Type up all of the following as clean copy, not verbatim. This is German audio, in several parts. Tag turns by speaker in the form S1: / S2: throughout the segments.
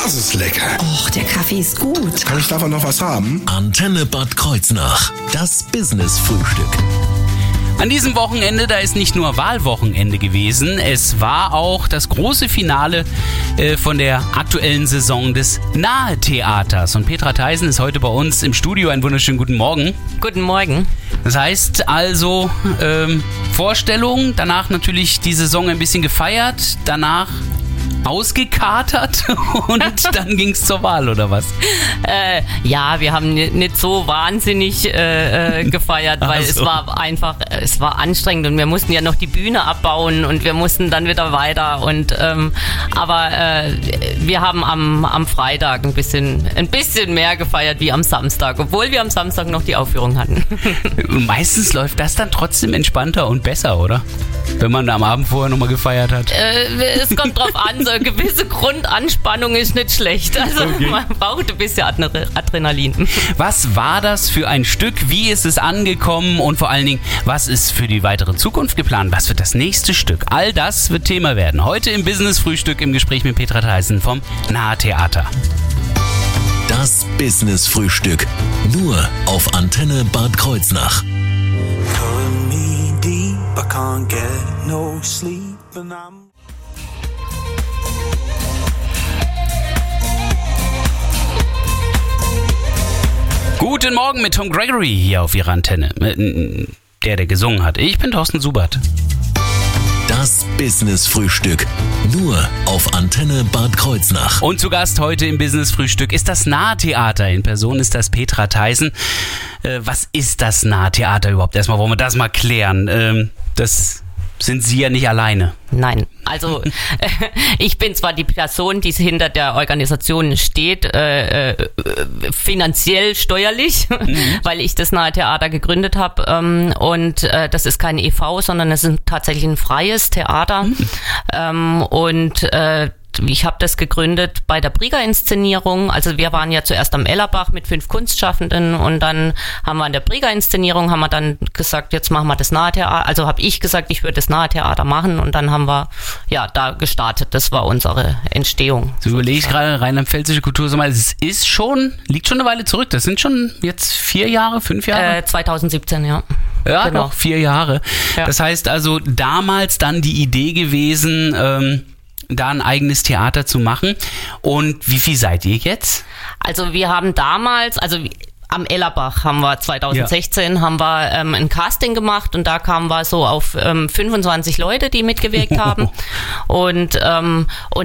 S1: Das ist lecker.
S2: Och, der Kaffee ist gut.
S1: Kann ich davon noch was haben?
S3: Antenne Bad Kreuznach. Das Business-Frühstück.
S4: An diesem Wochenende, da ist nicht nur Wahlwochenende gewesen, es war auch das große Finale von der aktuellen Saison des Nahe-Theaters. Und Petra Theisen ist heute bei uns im Studio. Einen wunderschönen guten Morgen.
S5: Guten Morgen.
S4: Das heißt also Vorstellung, danach natürlich die Saison ein bisschen gefeiert, danach ausgekatert und dann ging es zur Wahl, oder was?
S5: Ja, wir haben nicht so wahnsinnig gefeiert, weil es war anstrengend und wir mussten ja noch die Bühne abbauen und wir mussten dann wieder weiter und aber wir haben am Freitag ein bisschen mehr gefeiert wie am Samstag, obwohl wir am Samstag noch die Aufführung hatten.
S4: Und meistens läuft das dann trotzdem entspannter und besser, oder? Wenn man da am Abend vorher nochmal gefeiert hat.
S5: Es kommt drauf an, so eine gewisse Grundanspannung ist nicht schlecht. Also Man braucht ein bisschen Adrenalin.
S4: Was war das für ein Stück? Wie ist es angekommen? Und vor allen Dingen, was ist für die weitere Zukunft geplant? Was wird das nächste Stück? All das wird Thema werden. Heute im Business-Frühstück im Gespräch mit Petra Theisen vom Nahe-Theater.
S3: Das Business-Frühstück. Nur auf Antenne Bad Kreuznach.
S6: I can't get no sleep and I'm
S4: Guten Morgen mit Tom Gregory hier auf Ihrer Antenne. Der gesungen hat. Ich bin Thorsten Subert.
S3: Das Business-Frühstück. Nur auf Antenne Bad Kreuznach.
S4: Und zu Gast heute im Business-Frühstück ist das Nahe-Theater. In Person ist das Petra Theisen. Was ist das Nahe-Theater überhaupt? Erstmal wollen wir das mal klären. Das sind Sie ja nicht alleine.
S5: Nein, also ich bin zwar die Person, die hinter der Organisation steht, finanziell, steuerlich, weil ich das Nahe-Theater gegründet habe und das ist kein e.V., sondern es ist tatsächlich ein freies Theater ich habe das gegründet bei der Brieger-Inszenierung. Also wir waren ja zuerst am Ellerbach mit 5 Kunstschaffenden und dann haben wir an der Brieger-Inszenierung dann gesagt, jetzt machen wir das Nahe-Theater. Also habe ich gesagt, ich würde das Nahe-Theater machen und dann haben wir da gestartet. Das war unsere Entstehung.
S4: So überlege ich gerade, rheinland-pfälzische Kultur, es liegt schon eine Weile zurück. Das sind schon jetzt 4 Jahre, 5 Jahre?
S5: 2017, ja.
S4: Ja,
S5: genau.
S4: Noch 4 Jahre. Ja. Das heißt also damals dann die Idee gewesen, da ein eigenes Theater zu machen. Und wie viel seid ihr jetzt?
S5: Also wir haben damals, am Ellerbach haben wir 2016 haben wir ein Casting gemacht und da kamen wir so auf 25 Leute, die mitgewirkt haben und dann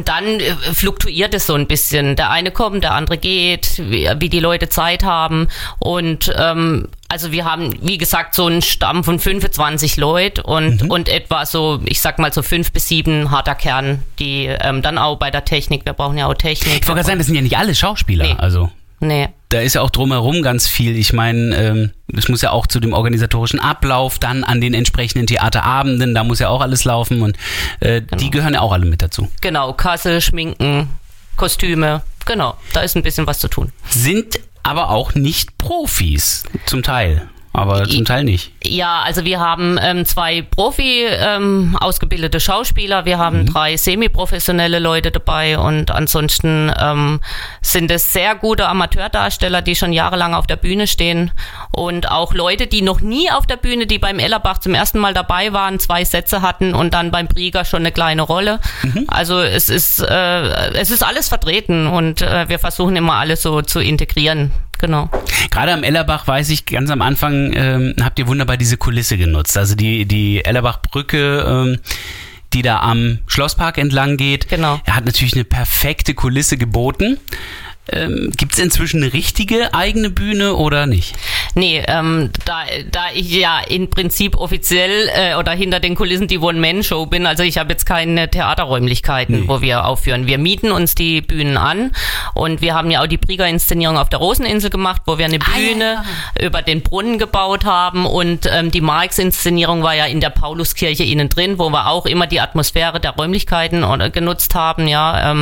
S5: fluktuiert es so ein bisschen. Der eine kommt, der andere geht, wie die Leute Zeit haben und also wir haben, wie gesagt, so einen Stamm von 25 Leuten und etwa so, ich sag mal so 5 bis 7 harter Kern, die dann auch bei der Technik, wir brauchen ja auch Technik.
S4: Ich wollte gerade sagen, das sind ja nicht alle Schauspieler,
S5: Nee.
S4: also.
S5: Nee.
S4: Da ist ja auch drumherum ganz viel. Ich meine, es muss ja auch zu dem organisatorischen Ablauf, dann an den entsprechenden Theaterabenden, da muss ja auch alles laufen und die gehören ja auch alle mit dazu.
S5: Genau, Kasse, Schminken, Kostüme, genau, da ist ein bisschen was zu tun.
S4: Sind aber auch nicht Profis, zum Teil. Aber zum Teil nicht.
S5: Ja, also wir haben 2 Profi ausgebildete Schauspieler, wir haben 3 semi-professionelle Leute dabei und ansonsten sind es sehr gute Amateurdarsteller, die schon jahrelang auf der Bühne stehen und auch Leute, die noch nie auf der Bühne, die beim Ellerbach zum ersten Mal dabei waren, 2 Sätze hatten und dann beim Brieger schon eine kleine Rolle. Also es ist alles vertreten und wir versuchen immer alles so zu integrieren. Genau.
S4: Gerade am Ellerbach weiß ich, ganz am Anfang habt ihr wunderbar diese Kulisse genutzt. Also die Ellerbach-Brücke, die da am Schlosspark entlang geht,
S5: genau.
S4: Hat natürlich eine perfekte Kulisse geboten. Gibt es inzwischen eine richtige eigene Bühne oder nicht?
S5: Nee, da ich ja im Prinzip offiziell oder hinter den Kulissen die One-Man-Show bin, also ich habe jetzt keine Theaterräumlichkeiten, wo wir aufführen. Wir mieten uns die Bühnen an und wir haben ja auch die Brieger-Inszenierung auf der Roseninsel gemacht, wo wir eine Bühne über den Brunnen gebaut haben und die Marx-Inszenierung war ja in der Pauluskirche innen drin, wo wir auch immer die Atmosphäre der Räumlichkeiten genutzt haben, ja.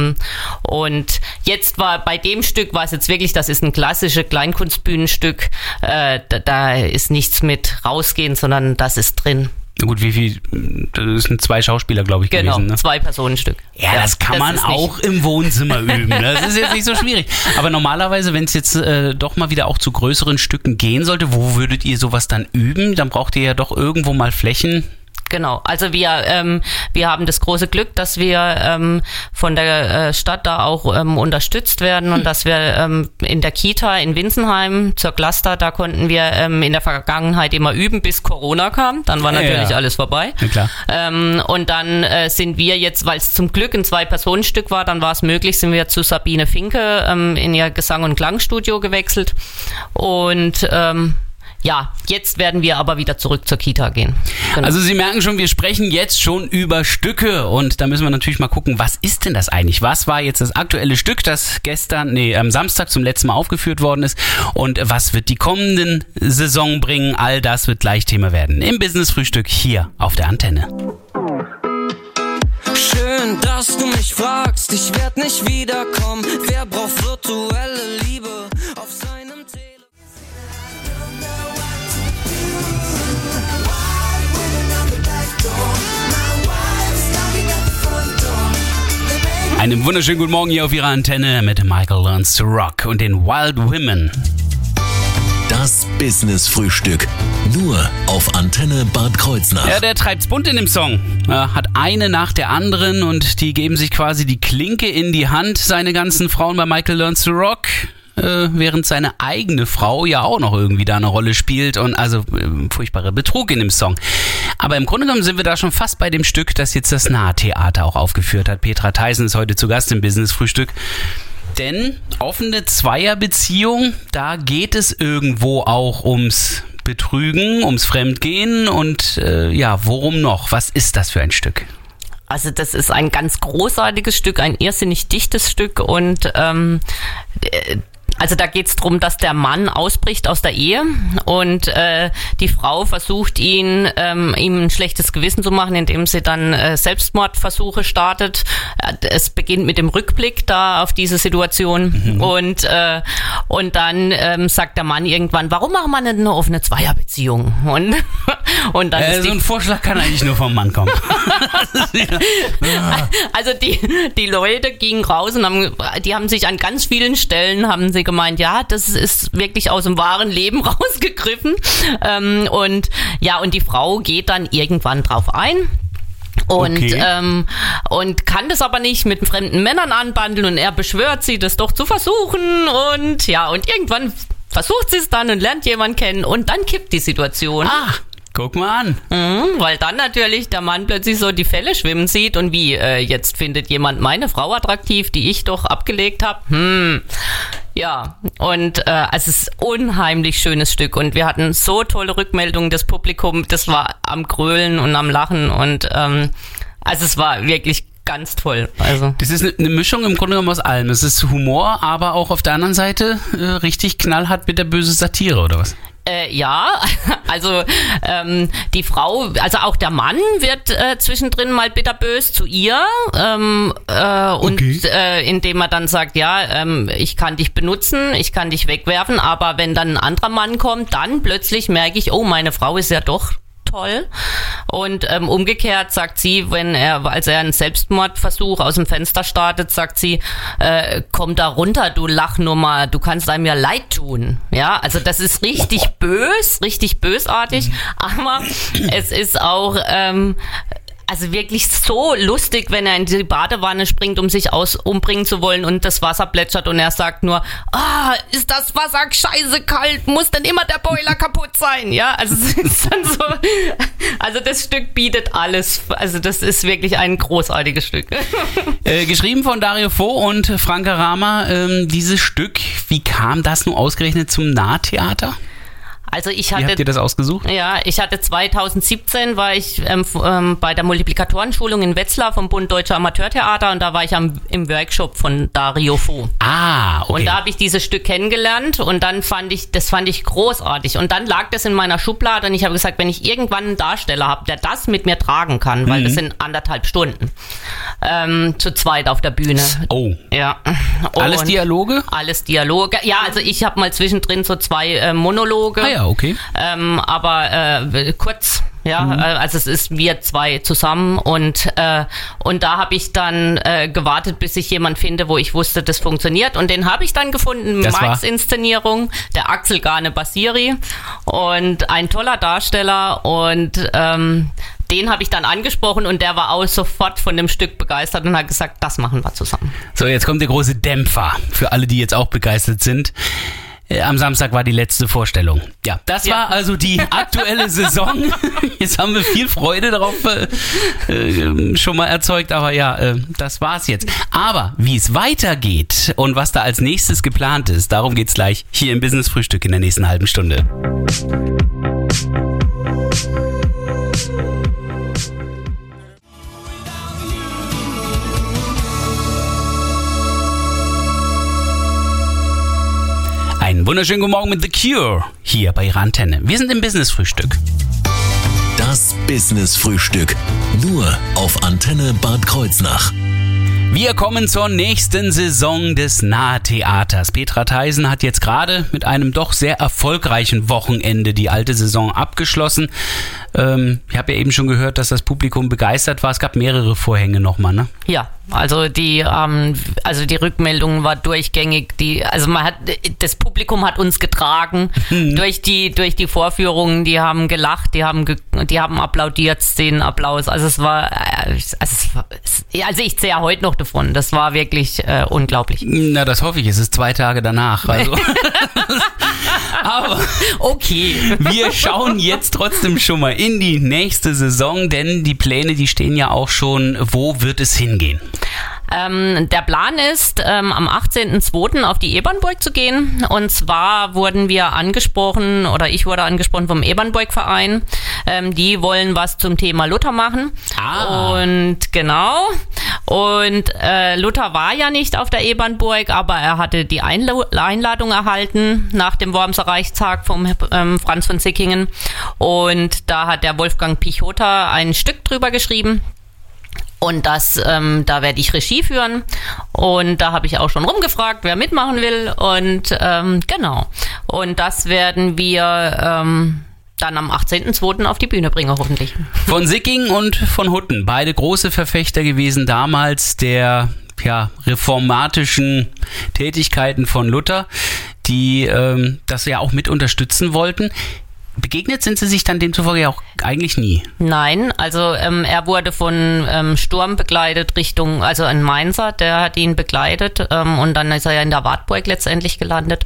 S5: Und jetzt war bei dem Stück war es jetzt wirklich, das ist ein klassisches Kleinkunstbühnenstück, da ist nichts mit rausgehen, sondern das ist drin.
S4: Na gut, wie viel? Das sind 2 Schauspieler, glaube ich, gewesen. Ne?
S5: 2-Personenstück.
S4: Ja, das kann man auch im Wohnzimmer üben. Das ist jetzt nicht so schwierig. Aber normalerweise, wenn es jetzt doch mal wieder auch zu größeren Stücken gehen sollte, wo würdet ihr sowas dann üben? Dann braucht ihr ja doch irgendwo mal Flächen.
S5: Genau, also wir haben das große Glück, dass wir von der Stadt da auch unterstützt werden und dass wir in der Kita in Winsenheim zur Cluster, da konnten wir in der Vergangenheit immer üben, bis Corona kam. Dann war natürlich alles vorbei.
S4: Ja, klar.
S5: Und dann sind wir jetzt, weil es zum Glück ein 2-Personen-Stück war, dann war es möglich, sind wir zu Sabine Finke in ihr Gesang- und Klangstudio gewechselt und ja, jetzt werden wir aber wieder zurück zur Kita gehen. Genau.
S4: Also Sie merken schon, wir sprechen jetzt schon über Stücke und da müssen wir natürlich mal gucken, was ist denn das eigentlich? Was war jetzt das aktuelle Stück, das am Samstag zum letzten Mal aufgeführt worden ist und was wird die kommenden Saison bringen? All das wird gleich Thema werden im Business-Frühstück hier auf der Antenne.
S1: Schön, dass du mich fragst, ich werd nicht wiederkommen. Wer braucht virtuelle Liebe auf seinem Telefon?
S4: Einen wunderschönen guten Morgen hier auf Ihrer Antenne mit Michael Learns to Rock und den Wild Women.
S3: Das Business-Frühstück. Nur auf Antenne Bad Kreuznach.
S4: Ja, der treibt's bunt in dem Song. Er hat eine nach der anderen und die geben sich quasi die Klinke in die Hand, seine ganzen Frauen bei Michael Learns to Rock. Während seine eigene Frau ja auch noch irgendwie da eine Rolle spielt und also furchtbarer Betrug in dem Song. Aber im Grunde genommen sind wir da schon fast bei dem Stück, das jetzt das Nahe-Theater auch aufgeführt hat. Petra Theisen ist heute zu Gast im Business-Frühstück. Denn offene Zweierbeziehung, da geht es irgendwo auch ums Betrügen, ums Fremdgehen und worum noch? Was ist das für ein Stück?
S5: Also das ist ein ganz großartiges Stück, ein irrsinnig dichtes Stück und also da geht's drum, dass der Mann ausbricht aus der Ehe und die Frau versucht ihm ein schlechtes Gewissen zu machen, indem sie dann Selbstmordversuche startet. Es beginnt mit dem Rückblick da auf diese Situation und dann sagt der Mann irgendwann, warum machen wir nicht eine offene Zweierbeziehung? Und dann ist
S4: so ein Vorschlag kann eigentlich nur vom Mann kommen.
S5: Also die Leute gingen raus und die haben sich an ganz vielen Stellen haben sie gemeint, ja, das ist wirklich aus dem wahren Leben rausgegriffen. Und die Frau geht dann irgendwann drauf ein. Und kann das aber nicht mit fremden Männern anbandeln und er beschwört sie, das doch zu versuchen und irgendwann versucht sie es dann und lernt jemanden kennen und dann kippt die Situation.
S4: Guck mal an.
S5: Weil dann natürlich der Mann plötzlich so die Fälle schwimmen sieht und jetzt findet jemand meine Frau attraktiv, die ich doch abgelegt habe. Ja, und es ist ein unheimlich schönes Stück und wir hatten so tolle Rückmeldungen des Publikums, das war am Grölen und am Lachen und es war wirklich ganz toll. Also.
S4: Das ist eine Mischung im Grunde genommen aus allem. Es ist Humor, aber auch auf der anderen Seite richtig knallhart mit der böse Satire, oder was?
S5: Ja, also die Frau, also auch der Mann wird zwischendrin mal bitterbös zu ihr indem er dann sagt, ich kann dich benutzen, ich kann dich wegwerfen, aber wenn dann ein anderer Mann kommt, dann plötzlich merke ich, oh, meine Frau ist ja doch toll. Und umgekehrt sagt sie, als er einen Selbstmordversuch aus dem Fenster startet, sagt sie, komm da runter, du Lachnummer, du kannst einem ja leid tun. Ja, also das ist richtig richtig bösartig, aber es ist auch also wirklich so lustig, wenn er in die Badewanne springt, um sich umbringen zu wollen und das Wasser plätschert und er sagt nur, ist das Wasser scheiße kalt, muss denn immer der Boiler kaputt sein? Ja, also es ist dann so, also das Stück bietet alles, also das ist wirklich ein großartiges Stück.
S4: Geschrieben von Dario Fo und Franka Rama, dieses Stück, wie kam das nun ausgerechnet zum Nahe-Theater?
S5: Also
S4: wie habt ihr das ausgesucht?
S5: Ja, ich hatte 2017 war ich bei der Multiplikatorenschulung in Wetzlar vom Bund Deutscher Amateurtheater und da war ich im Workshop von Dario Fo.
S4: Okay.
S5: Und da habe ich dieses Stück kennengelernt und dann fand ich großartig und dann lag das in meiner Schublade und ich habe gesagt, wenn ich irgendwann einen Darsteller habe, der das mit mir tragen kann, weil das sind 1,5 Stunden zu zweit auf der Bühne.
S4: Oh.
S5: Ja.
S4: Alles Dialoge?
S5: Alles Dialoge. Ja, also ich habe mal zwischendrin so 2 Monologe.
S4: Ja, okay.
S5: Aber kurz Ja, also es ist wir zwei zusammen und da habe ich dann gewartet, bis ich jemand finde, wo ich wusste, das funktioniert, und den habe ich dann gefunden. Mikes Inszenierung, der Axel Gane Basiri, und ein toller Darsteller, und den habe ich dann angesprochen, und der war auch sofort von dem Stück begeistert und hat gesagt, das machen wir zusammen.
S4: So, jetzt kommt der große Dämpfer für alle, die jetzt auch begeistert sind. Am Samstag war die letzte Vorstellung. Ja, das war also die aktuelle Saison. Jetzt haben wir viel Freude darauf schon mal erzeugt, aber ja, das war's jetzt. Aber wie es weitergeht und was da als nächstes geplant ist, darum geht's gleich hier im Business Frühstück in der nächsten halben Stunde. Einen wunderschönen guten Morgen mit The Cure hier bei Ihrer Antenne. Wir sind im Business Frühstück.
S3: Das Business Frühstück. Nur auf Antenne Bad Kreuznach.
S4: Wir kommen zur nächsten Saison des Nahe-Theaters. Petra Theisen hat jetzt gerade mit einem doch sehr erfolgreichen Wochenende die alte Saison abgeschlossen. Ich habe ja eben schon gehört, dass das Publikum begeistert war. Es gab mehrere Vorhänge nochmal, ne?
S5: Ja, also die Rückmeldung war durchgängig. Das Publikum hat uns getragen durch die Vorführungen. Die haben gelacht, die haben applaudiert, Szenenapplaus. Also ich zähle ja heute noch davon. Das war wirklich unglaublich.
S4: Na, das hoffe ich. Es ist 2 Tage danach. Also. Aber okay, wir schauen jetzt trotzdem schon mal in die nächste Saison, denn die Pläne, die stehen ja auch schon. Wo wird es hingehen?
S5: Der Plan ist, am 18.02. auf die Ebernburg zu gehen. Und zwar wurden wir angesprochen, oder ich wurde angesprochen vom Ebernburg-Verein. Die wollen was zum Thema Luther machen. Und genau. Und Luther war ja nicht auf der Ebernburg, aber er hatte die Einladung erhalten nach dem Wormser Reichstag vom Franz von Sickingen. Und da hat der Wolfgang Pichota ein Stück drüber geschrieben. Und da werde ich Regie führen, und da habe ich auch schon rumgefragt, wer mitmachen will, und genau. Und das werden wir dann am 18.02. auf die Bühne bringen, hoffentlich.
S4: Von Sickingen und von Hutten, beide große Verfechter gewesen damals der reformatischen Tätigkeiten von Luther, die das ja auch mit unterstützen wollten. Begegnet sind sie sich dann demzufolge ja auch eigentlich nie.
S5: Nein, also er wurde von Sturm begleitet Richtung, also ein Mainzer, der hat ihn begleitet, und dann ist er ja in der Wartburg letztendlich gelandet.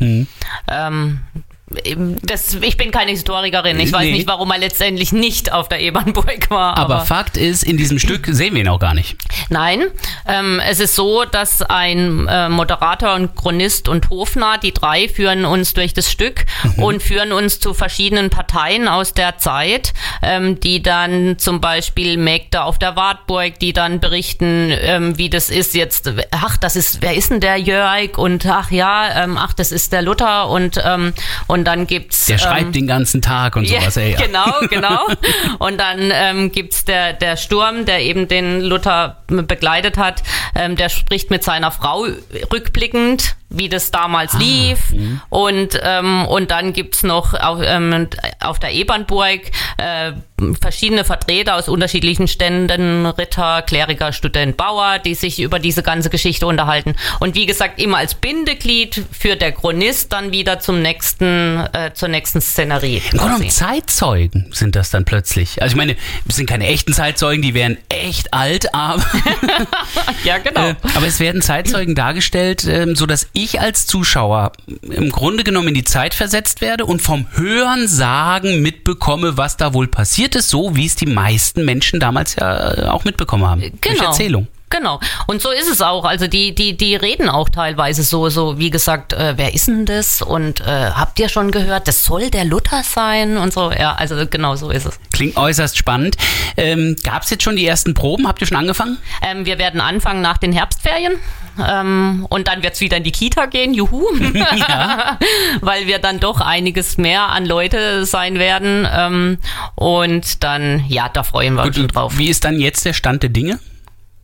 S5: Ich bin keine Historikerin, ich weiß nicht, warum er letztendlich nicht auf der Ebernburg war.
S4: Aber Fakt ist, in diesem Stück sehen wir ihn auch gar nicht.
S5: Nein, es ist so, dass ein Moderator und Chronist und Hofnarr, die 3 führen uns durch das Stück und führen uns zu verschiedenen Parteien aus der Zeit, die dann zum Beispiel Mägde auf der Wartburg, die dann berichten, wie das ist jetzt, wer ist denn der Jörg, und das ist der Luther, und dann gibt's...
S4: Der schreibt den ganzen Tag und sowas, ey.
S5: Ja. Genau. Und dann gibt's der Sturm, der eben den Luther begleitet hat, der spricht mit seiner Frau rückblickend, wie das damals lief. Und dann gibt's noch auf der Ebernburg verschiedene Vertreter aus unterschiedlichen Ständen, Ritter, Kleriker, Student, Bauer, die sich über diese ganze Geschichte unterhalten. Und wie gesagt, immer als Bindeglied führt der Chronist dann wieder zur nächsten Szenerie.
S4: Im Grunde genommen Zeitzeugen sind das dann plötzlich. Also ich meine, es sind keine echten Zeitzeugen, die wären echt alt, aber
S5: ja, genau.
S4: Aber es werden Zeitzeugen dargestellt, so dass ich als Zuschauer im Grunde genommen in die Zeit versetzt werde und vom Hörensagen mitbekomme, was da wohl passiert ist, so wie es die meisten Menschen damals ja auch mitbekommen haben.
S5: Genau.
S4: Durch Erzählung.
S5: Genau. Und so ist es auch. Also die reden auch teilweise so wie gesagt, wer ist denn das? Und habt ihr schon gehört, das soll der Luther sein und so. Ja, also genau so ist es.
S4: Klingt äußerst spannend. Gab es jetzt schon die ersten Proben? Habt ihr schon angefangen?
S5: Wir werden anfangen nach den Herbstferien. Und dann wird es wieder in die Kita gehen, juhu. Ja. Weil wir dann doch einiges mehr an Leute sein werden. Und dann, ja, da freuen wir uns schon drauf.
S4: Wie ist dann jetzt der Stand der Dinge?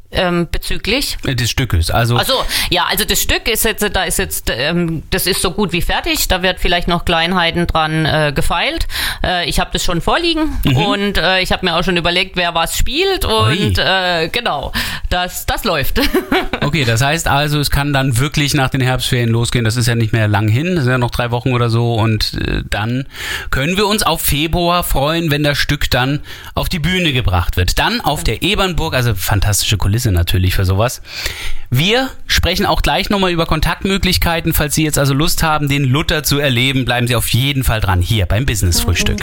S5: Bezüglich
S4: des Stückes. Also
S5: das Stück ist jetzt, das ist so gut wie fertig. Da wird vielleicht noch Kleinheiten dran gefeilt. Ich habe das schon vorliegen und ich habe mir auch schon überlegt, wer was spielt und genau, das läuft.
S4: Okay, das heißt also, es kann dann wirklich nach den Herbstferien losgehen. Das ist ja nicht mehr lang hin, das sind ja noch 3 Wochen oder so und dann können wir uns auf Februar freuen, wenn das Stück dann auf die Bühne gebracht wird. Dann auf der Ebernburg, also fantastische Kulisse natürlich für sowas. Wir sprechen auch gleich nochmal über Kontaktmöglichkeiten. Falls Sie jetzt also Lust haben, den Luther zu erleben, bleiben Sie auf jeden Fall dran, hier beim Business-Frühstück.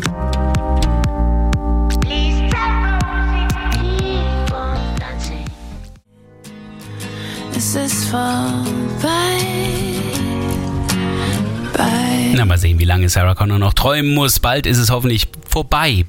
S7: Es ist vorbei.
S4: Na, mal sehen, wie lange Sarah Connor noch träumen muss. Bald ist es hoffentlich vorbei.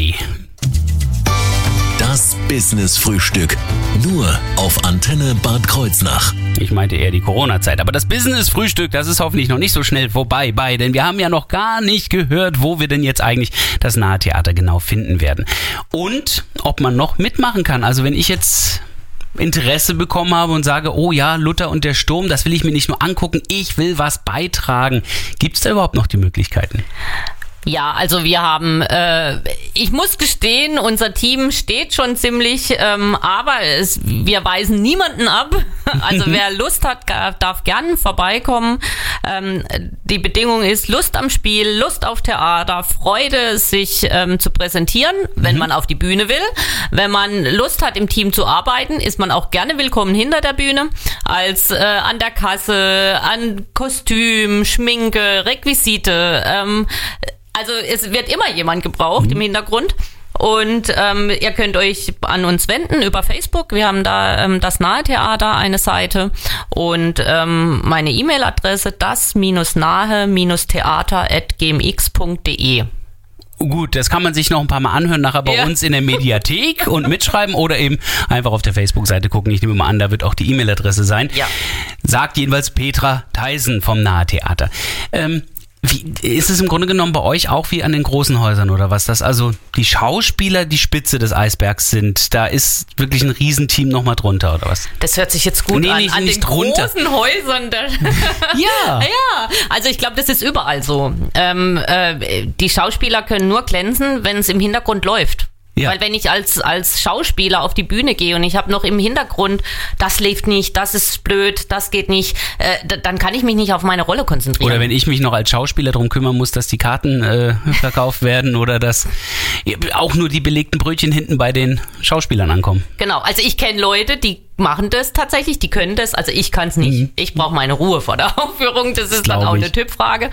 S3: Das Business-Frühstück. Nur auf Antenne Bad Kreuznach.
S4: Ich meinte eher die Corona-Zeit. Aber das Business-Frühstück, das ist hoffentlich noch nicht so schnell vorbei. Denn wir haben ja noch gar nicht gehört, wo wir denn jetzt eigentlich das Nahe Theater genau finden werden. Und ob man noch mitmachen kann. Also wenn ich jetzt Interesse bekommen habe und sage, oh ja, Luther und der Sturm, das will ich mir nicht nur angucken, ich will was beitragen. Gibt es da überhaupt noch die Möglichkeiten?
S5: Ja, also wir haben, ich muss gestehen, unser Team steht schon ziemlich, aber wir weisen niemanden ab. Also wer Lust hat, darf gern vorbeikommen. Die Bedingung ist Lust am Spiel, Lust auf Theater, Freude, sich zu präsentieren, wenn man auf die Bühne will. Wenn man Lust hat, im Team zu arbeiten, ist man auch gerne willkommen hinter der Bühne, als an der Kasse, an Kostüm, Schminke, Requisite. Also es wird immer jemand gebraucht im Hintergrund und ihr könnt euch an uns wenden über Facebook. Wir haben da das Nahe Theater, eine Seite und meine E-Mail-Adresse das-nahe-theater@gmx.de.
S4: Gut, das kann man sich noch ein paar Mal anhören, nachher bei uns in der Mediathek und mitschreiben oder eben einfach auf der Facebook-Seite gucken. Ich nehme mal an, da wird auch die E-Mail-Adresse sein. Ja. Sagt jedenfalls Petra Theisen vom Nahe Theater. Wie ist es im Grunde genommen bei euch auch wie an den großen Häusern oder was? Dass also die Schauspieler die Spitze des Eisbergs sind, da ist wirklich ein Riesenteam nochmal drunter oder was?
S5: Das hört sich jetzt gut an. An den großen Häusern.
S4: Ja.
S5: Also ich glaube, das ist überall so. Die Schauspieler können nur glänzen, wenn es im Hintergrund läuft. Ja. Weil wenn ich als Schauspieler auf die Bühne gehe und ich habe noch im Hintergrund, das läuft nicht, das ist blöd, das geht nicht, dann kann ich mich nicht auf meine Rolle konzentrieren.
S4: Oder wenn ich mich noch als Schauspieler darum kümmern muss, dass die Karten verkauft werden oder dass auch nur die belegten Brötchen hinten bei den Schauspielern ankommen.
S5: Genau, also ich kenne Leute, die machen das tatsächlich, die können das, also ich kann es nicht. Ich brauche meine Ruhe vor der Aufführung, das ist dann auch eine Typfrage.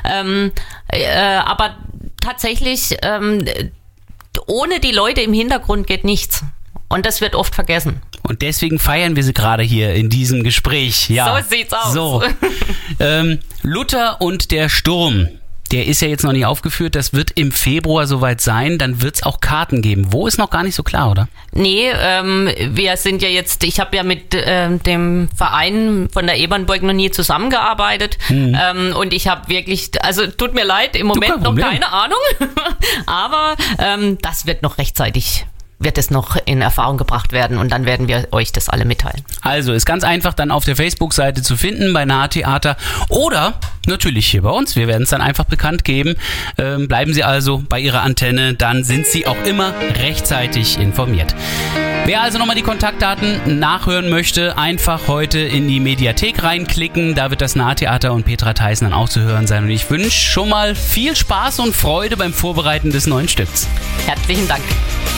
S5: Aber tatsächlich ohne die Leute im Hintergrund geht nichts. Und das wird oft vergessen.
S4: Und deswegen feiern wir sie gerade hier in diesem Gespräch. Ja.
S5: So sieht's aus.
S4: So. Luther und der Sturm. Der ist ja jetzt noch nicht aufgeführt. Das wird im Februar soweit sein. Dann wird es auch Karten geben. Wo ist noch gar nicht so klar, oder?
S5: Nee, wir sind ja jetzt, ich habe ja mit dem Verein von der Ebernburg noch nie zusammengearbeitet. Und ich habe wirklich, also tut mir leid, im Moment noch keine Ahnung. Aber das wird noch rechtzeitig, wird es noch in Erfahrung gebracht werden und dann werden wir euch das alle mitteilen.
S4: Also ist ganz einfach dann auf der Facebook-Seite zu finden bei Nahe Theater oder natürlich hier bei uns. Wir werden es dann einfach bekannt geben. Bleiben Sie also bei Ihrer Antenne, dann sind Sie auch immer rechtzeitig informiert. Wer also nochmal die Kontaktdaten nachhören möchte, einfach heute in die Mediathek reinklicken. Da wird das Nahe Theater und Petra Theisen dann auch zu hören sein. Und ich wünsche schon mal viel Spaß und Freude beim Vorbereiten des neuen Stücks.
S5: Herzlichen Dank.